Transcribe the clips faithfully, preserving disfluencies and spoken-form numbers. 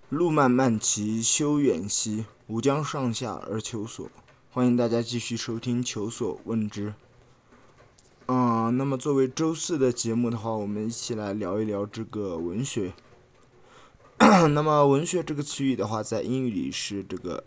路漫漫其修远兮，吾将上下而求索。欢迎大家继续收听求索问之。啊、呃，那么作为周四的节目的话，我们一起来聊一聊这个文学。那么文学这个词语的话，在英语里是这个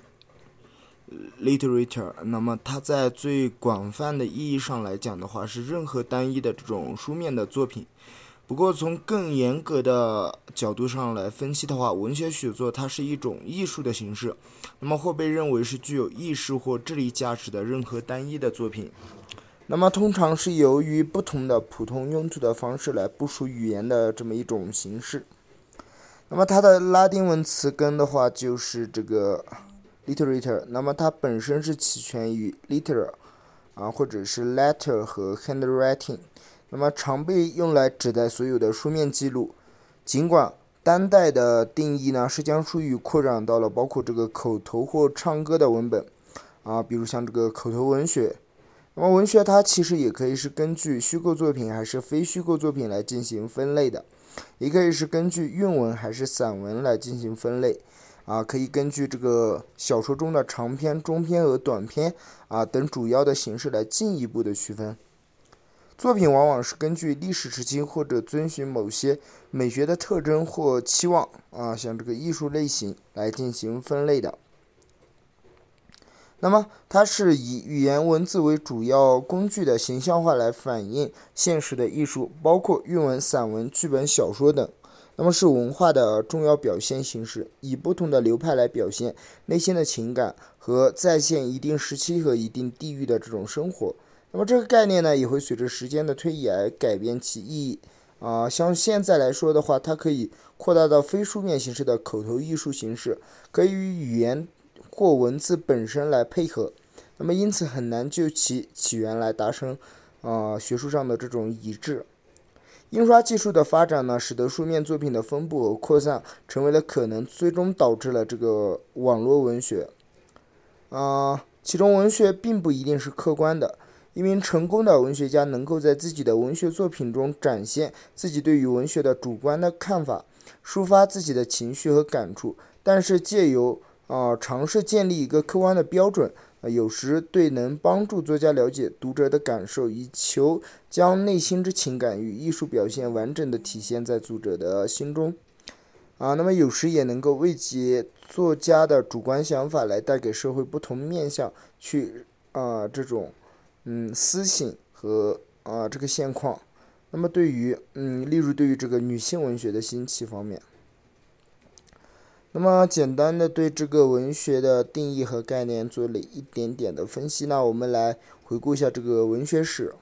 literature， 那么它在最广泛的意义上来讲的话，是任何单一的这种书面的作品。不过从更严格的角度上来分析的话，文学写作它是一种艺术的形式，那么会被认为是具有意识或智力价值的任何单一的作品。那么通常是由于不同的普通用途的方式来部署语言的这么一种形式。那么它的拉丁文词根的话就是这个 literature， 那么它本身是起源于 liter 啊，或者是 letter 和 handwriting。那么常被用来指代所有的书面记录，尽管当代的定义呢是将术语扩展到了包括这个口头或唱歌的文本啊，比如像这个口头文学。那么文学它其实也可以是根据虚构作品还是非虚构作品来进行分类的，也可以是根据韵文还是散文来进行分类啊，可以根据这个小说中的长篇、中篇和短篇啊等主要的形式来进一步的区分。作品往往是根据历史时期或者遵循某些美学的特征或期望啊，像这个艺术类型来进行分类的。那么它是以语言文字为主要工具的形象化来反映现实的艺术，包括韵文、散文、剧本、小说等。那么是文化的重要表现形式，以不同的流派来表现内心的情感和再现一定时期和一定地域的这种生活。那么这个概念呢，也会随着时间的推移而改变其意义啊、呃。像现在来说的话，它可以扩大到非书面形式的口头艺术形式，可以与语言或文字本身来配合。那么因此很难就其起源来达成啊、呃、学术上的这种一致。印刷技术的发展呢，使得书面作品的分布和扩散成为了可能，最终导致了这个网络文学。啊、呃，其中文学并不一定是客观的。一名成功的文学家能够在自己的文学作品中展现自己对于文学的主观的看法，抒发自己的情绪和感触，但是借由啊、呃、尝试建立一个客观的标准，呃，有时对能帮助作家了解读者的感受，以求将内心之情感与艺术表现完整的体现在读者的心中。啊，那么有时也能够为解作家的主观想法来带给社会不同面向去啊、呃、这种。嗯，思想和啊、呃、这个现况。那么对于嗯，例如对于这个女性文学的兴起方面，那么简单的对这个文学的定义和概念做了一点点的分析呢，我们来回顾一下这个文学史。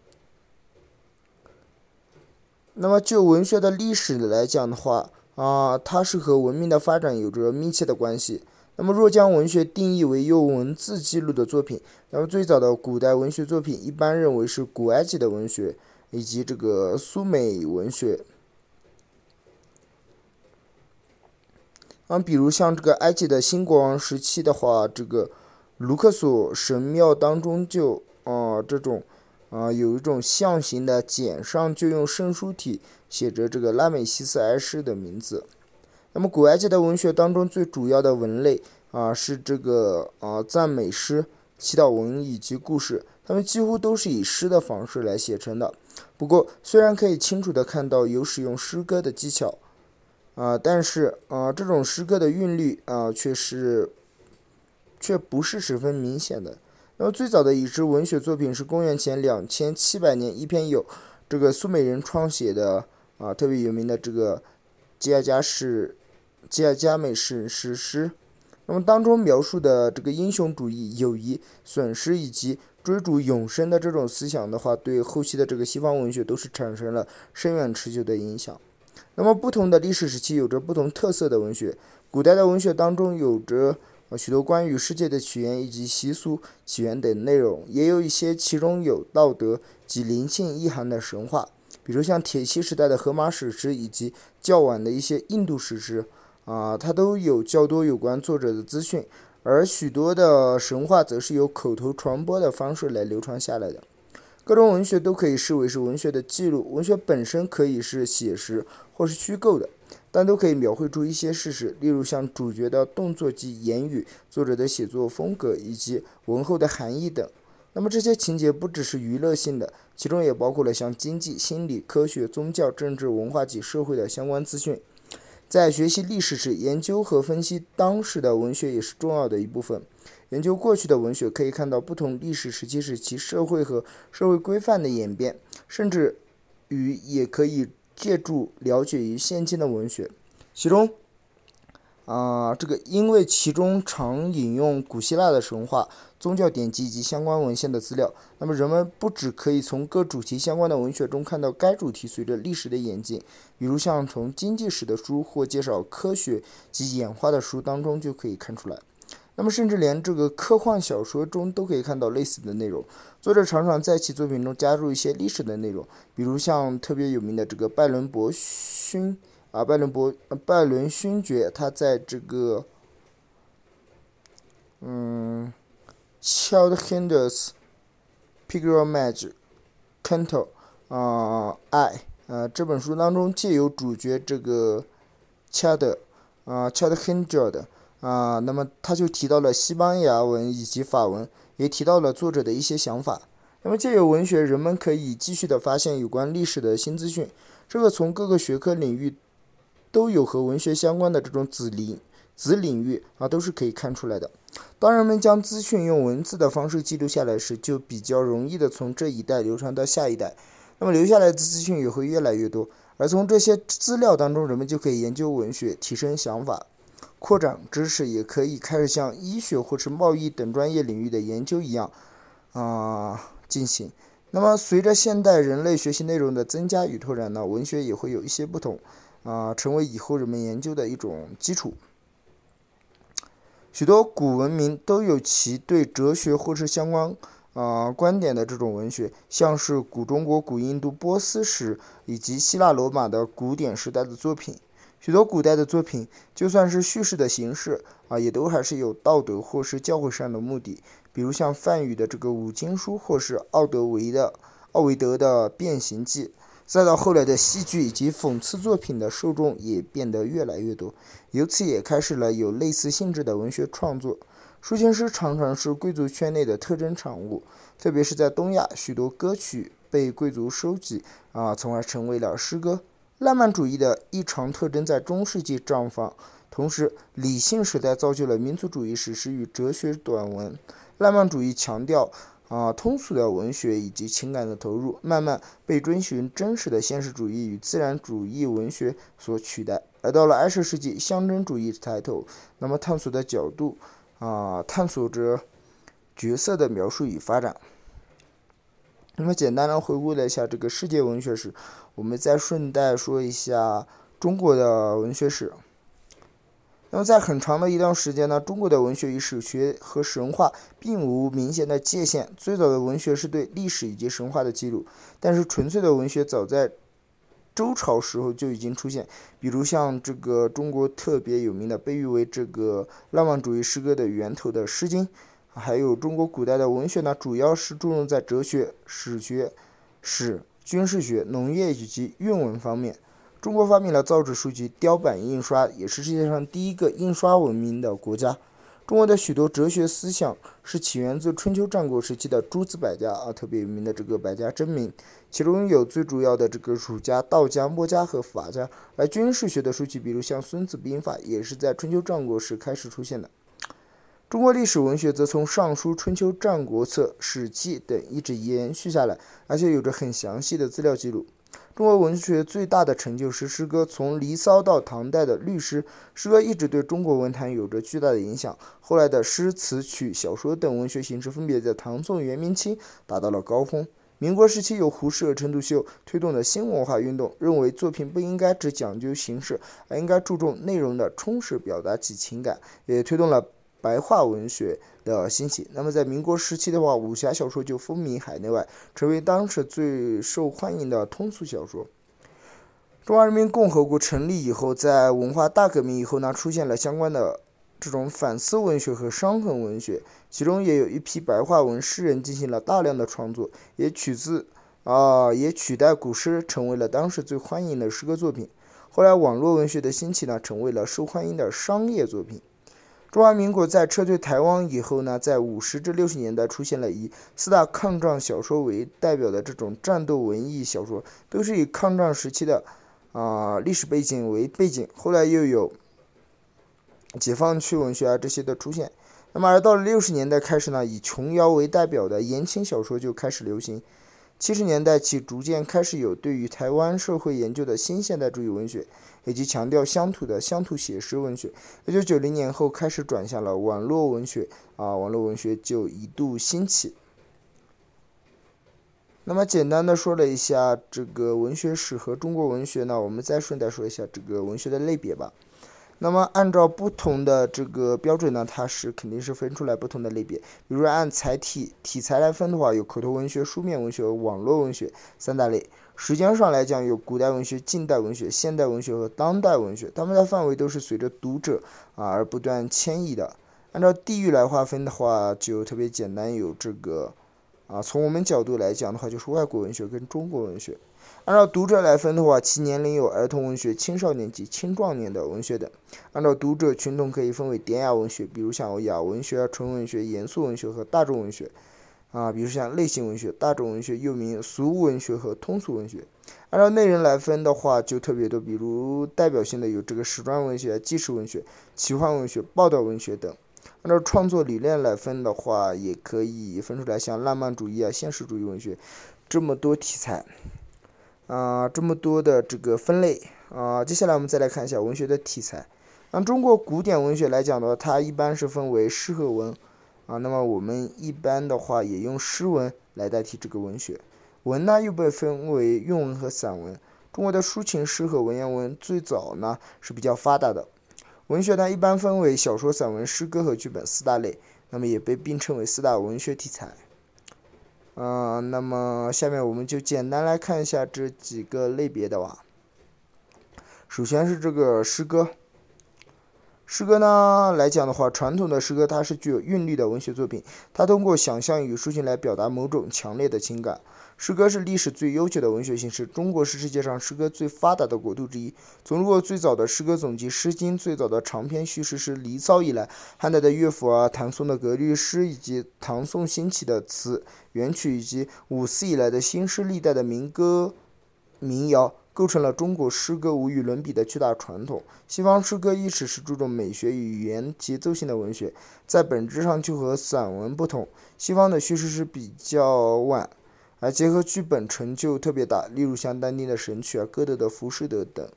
那么就文学的历史来讲的话啊、呃，它是和文明的发展有着密切的关系。那么若将文学定义为用文字记录的作品，那么最早的古代文学作品一般认为是古埃及的文学以及这个苏美文学。啊，比如像这个埃及的新国王时期的话，这个卢克索神庙当中就啊、呃、这种啊、呃、有一种象形的简上就用圣书体写着这个拉美西斯埃诗的名字。那么古埃及的文学当中最主要的文类啊是这个啊赞美诗、祈祷文以及故事，它们几乎都是以诗的方式来写成的。不过虽然可以清楚地看到有使用诗歌的技巧啊，但是啊这种诗歌的韵律啊却是却不是十分明显的。那么最早的已知文学作品是公元前两千七百年一篇由这个苏美人创写的啊特别有名的这个吉尔加史吉尔加美什史诗。那么当中描述的这个英雄主义、友谊、损失以及追逐永生的这种思想的话，对后期的这个西方文学都是产生了深远持久的影响。那么不同的历史时期有着不同特色的文学，古代的文学当中有着许多关于世界的起源以及习俗起源等内容，也有一些其中有道德及灵性意涵的神话，比如像铁器时代的荷马史诗以及较晚的一些印度史诗啊，它都有较多有关作者的资讯，而许多的神话则是由口头传播的方式来流传下来的。 各种文学都可以视为是文学的记录，文学本身可以是写实或是虚构的，但都可以描绘出一些事实，例如像主角的动作及言语、作者的写作风格以及文后的含义等。那么这些情节不只是娱乐性的，其中也包括了像经济、心理、科学、宗教、政治、文化及社会的相关资讯。在学习历史时，研究和分析当时的文学也是重要的一部分。研究过去的文学，可以看到不同历史时期时其社会和社会规范的演变，甚至于也可以借助了解于现今的文学。其中啊、呃，这个因为其中常引用古希腊的神话、宗教典籍及相关文献的资料，那么人们不只可以从各主题相关的文学中看到该主题随着历史的演进，比如像从经济史的书或介绍科学及演化的书当中就可以看出来。那么甚至连这个科幻小说中都可以看到类似的内容。作者常常在其作品中加入一些历史的内容，比如像特别有名的这个拜伦伯勋啊，拜伦伯拜伦勋爵，他在这个嗯 Child Hinders Pilgrimage Canto 啊爱呃这本书当中，借由主角这个 Child 啊 Child Hindred啊，那么他就提到了西班牙文以及法文，也提到了作者的一些想法。那么借由文学，人们可以继续的发现有关历史的新资讯，这个从各个学科领域都有和文学相关的这种子领子领域啊，都是可以看出来的。当人们将资讯用文字的方式记录下来时，就比较容易的从这一代流传到下一代，那么留下来的资讯也会越来越多，而从这些资料当中，人们就可以研究文学，提升想法，扩展知识，也可以开始像医学或是贸易等专业领域的研究一样啊、呃、进行。那么随着现代人类学习内容的增加与拓展呢，文学也会有一些不同啊、呃，成为以后人们研究的一种基础。许多古文明都有其对哲学或是相关啊、呃、观点的这种文学，像是古中国、古印度、波斯史以及希腊罗马的古典时代的作品。许多古代的作品，就算是叙事的形式啊，也都还是有道德或是教诲上的目的。比如像范语的这个五经书，或是奥德维的奥维德的变形记，再到后来的戏剧以及讽刺作品的受众也变得越来越多，由此也开始了有类似性质的文学创作。抒情诗常常是贵族圈内的特征产物，特别是在东亚，许多歌曲被贵族收集啊，从而成为了诗歌。浪漫主义的异常特征在中世纪绽放，同时理性时代造就了民族主义史诗与哲学短文。浪漫主义强调啊通俗的文学以及情感的投入，慢慢被追寻真实的现实主义与自然主义文学所取代。而到了二十世纪，象征主义抬头，那么探索的角度啊探索着角色的描述与发展。那么简单的回顾了一下这个世界文学史，我们再顺带说一下中国的文学史。那么在很长的一段时间呢，中国的文学与史学和神话并无明显的界限。最早的文学是对历史以及神话的记录，但是纯粹的文学早在周朝时候就已经出现，比如像这个中国特别有名的，被誉为这个浪漫主义诗歌的源头的《诗经》。还有中国古代的文学呢，主要是注重在哲学、史学、史、军事学、农业以及韵文方面。中国发明了造纸术及雕版印刷，也是世界上第一个印刷文明的国家。中国的许多哲学思想是起源自春秋战国时期的诸子百家啊，特别有名的这个百家争鸣，其中有最主要的这个儒家、道家、墨家和法家。而军事学的书籍，比如像《孙子兵法》，也是在春秋战国时开始出现的。中国历史文学则从《尚书》《春秋战国策》《史记》等一直延续下来，而且有着很详细的资料记录。中国文学最大的成就是诗歌，从《离骚》到唐代的律诗，诗歌一直对中国文坛有着巨大的影响。后来的诗词曲、小说等文学形式分别在唐宋元明清达到了高峰。民国时期有胡适和陈独秀推动的新文化运动，认为作品不应该只讲究形式，而应该注重内容的充实表达及情感，也推动了白话文学的兴起。那么在民国时期的话，武侠小说就风靡海内外，成为当时最受欢迎的通俗小说。中华人民共和国成立以后，在文化大革命以后呢，出现了相关的这种反思文学和伤痕文学，其中也有一批白话文诗人进行了大量的创作，也取自啊、呃，也取代古诗成为了当时最欢迎的诗歌作品。后来网络文学的兴起呢，成为了受欢迎的商业作品。中华民国在撤退台湾以后呢，在五十至六十年代出现了以四大抗战小说为代表的这种战斗文艺小说，都是以抗战时期的啊、呃、历史背景为背景。后来又有解放区文学啊这些的出现。那么而到了六十年代开始呢，以琼瑶为代表的言情小说就开始流行。七十年代起，逐渐开始有对于台湾社会研究的新现代主义文学，以及强调乡土的乡土写实文学。一九九零年后开始转向了网络文学啊，网络文学就一度兴起。那么简单的说了一下这个文学史和中国文学呢，我们再顺带说一下这个文学的类别吧。那么按照不同的这个标准呢，它是肯定是分出来不同的类别。比如按载体题材来分的话，有口头文学、书面文学、网络文学三大类。时间上来讲，有古代文学、近代文学、现代文学和当代文学，它们的范围都是随着读者啊而不断迁移的。按照地域来划分的话，就特别简单，有这个啊，从我们角度来讲的话，就是外国文学跟中国文学。按照读者来分的话，其年龄有儿童文学、青少年及青壮年的文学等。按照读者群统可以分为典雅文学，比如像雅文学、纯文学、严肃文学和大众文学啊，比如像类型文学、大众文学又名俗文学和通俗文学。按照内容来分的话，就特别多，比如代表性的有这个史传文学、纪实文学、奇幻文学、报道文学等。按照创作理念来分的话，也可以分出来像浪漫主义啊、现实主义文学这么多题材。啊、呃，这么多的这个分类啊、呃，接下来我们再来看一下文学的题材。按中国古典文学来讲的话，它一般是分为诗和文啊。那么我们一般的话也用诗文来代替这个文学。文呢又被分为韵文和散文。中国的抒情诗和文言文最早呢是比较发达的。文学呢一般分为小说、散文、诗歌和剧本四大类，那么也被并称为四大文学题材。呃，那么下面我们就简单来看一下这几个类别的吧。首先是这个诗歌，诗歌呢来讲的话，传统的诗歌它是具有韵律的文学作品，它通过想象与抒情来表达某种强烈的情感。诗歌是历史最悠久的文学形式，中国是世界上诗歌最发达的国度之一。从中国最早的诗歌总集《诗经》最早的长篇叙事诗《离骚》以来，汉代的乐府啊、唐宋的格律诗以及唐宋兴起的词元曲，以及五四以来的新诗历代的民歌民谣，构成了中国诗歌无与伦比的巨大传统。西方诗歌一直是注重美学与语言节奏性的文学，在本质上就和散文不同。西方的叙事诗比较晚，而结合剧本成就特别大，例如像但丁的《神曲》啊、歌德的《浮士德》等。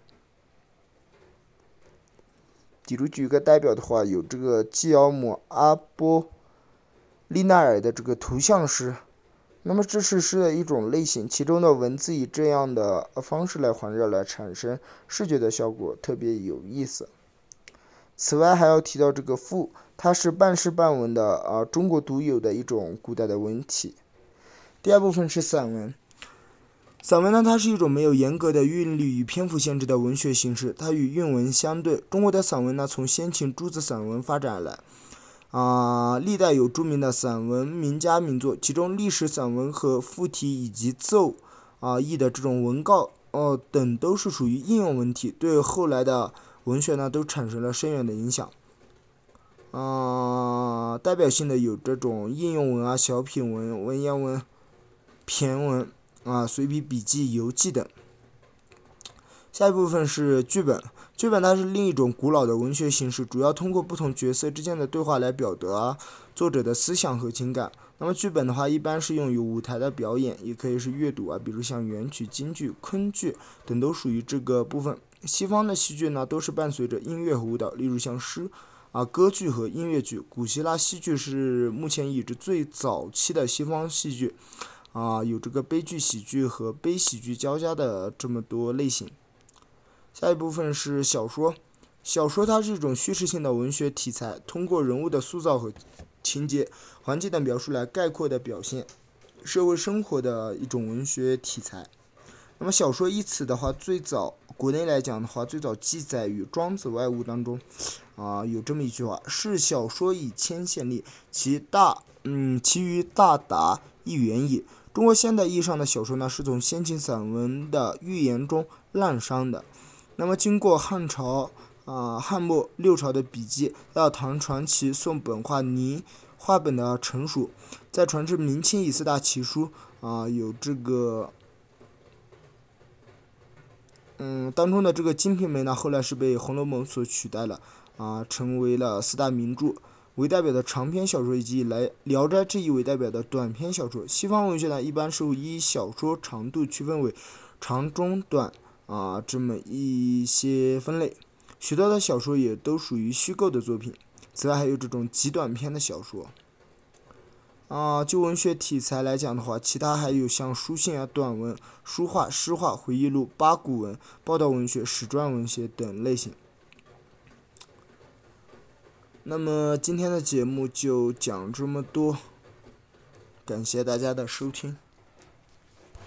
比如举个代表的话，有这个基奥姆·阿波利奈尔的这个图像诗。那么这是诗的一种类型，其中的文字以这样的方式来环绕，来产生视觉的效果，特别有意思。此外还要提到这个赋，它是半诗半文的啊，中国独有的一种古代的文体。第二部分是散文。散文呢，它是一种没有严格的韵律与篇幅限制的文学形式，它与韵文相对。中国的散文呢，从先秦诸子散文发展而来。啊、呃，历代有著名的散文名家名作，其中历史散文和附题以及奏啊译、呃、的这种文告哦、呃、等都是属于应用文体，对后来的文学呢都产生了深远的影响。啊、呃，代表性的有这种应用文啊、小品文、文言文、骈文啊、随笔、笔记、游记等。下一部分是剧本。剧本它是另一种古老的文学形式，主要通过不同角色之间的对话来表达作者的思想和情感。那么剧本的话，一般是用于舞台的表演，也可以是阅读啊，比如像元曲、京剧、昆剧等都属于这个部分。西方的戏剧呢，都是伴随着音乐和舞蹈，例如像诗啊、歌剧和音乐剧。古希腊戏剧是目前已知最早期的西方戏剧啊，有这个悲剧喜剧和悲喜剧交加的这么多类型。下一部分是小说。小说它是一种叙事性的文学题材，通过人物的塑造和情节、环境的描述来概括的表现社会生活的一种文学题材。 那么小说一词的话，最早国内来讲的话，最早记载于《庄子外物》当中，啊、呃，有这么一句话：是小说以千县立，其大嗯，其余大达一元也。中国现代意义上的小说呢，是从先秦散文的寓言中滥觞的。那么经过汉朝啊、呃、汉末六朝的笔记，到唐传奇、宋本化、泥话本的成熟，再传至明清以四大奇书啊、呃，有这个嗯当中的这个《金瓶梅》呢，后来是被《红楼梦》所取代了啊、呃，成为了四大名著为代表的长篇小说，以及以来《聊斋志异》为代表的短篇小说。西方文学呢，一般是依小说长度区分为长、中、短啊这么一些分类。许多的小说也都属于虚构的作品。此外，还有这种极短篇的小说。啊，就文学题材来讲的话，其他还有像书信啊、短文、书画、诗画、回忆录、八股文、报道文学、史传文学等类型。那么今天的节目就讲这么多，感谢大家的收听。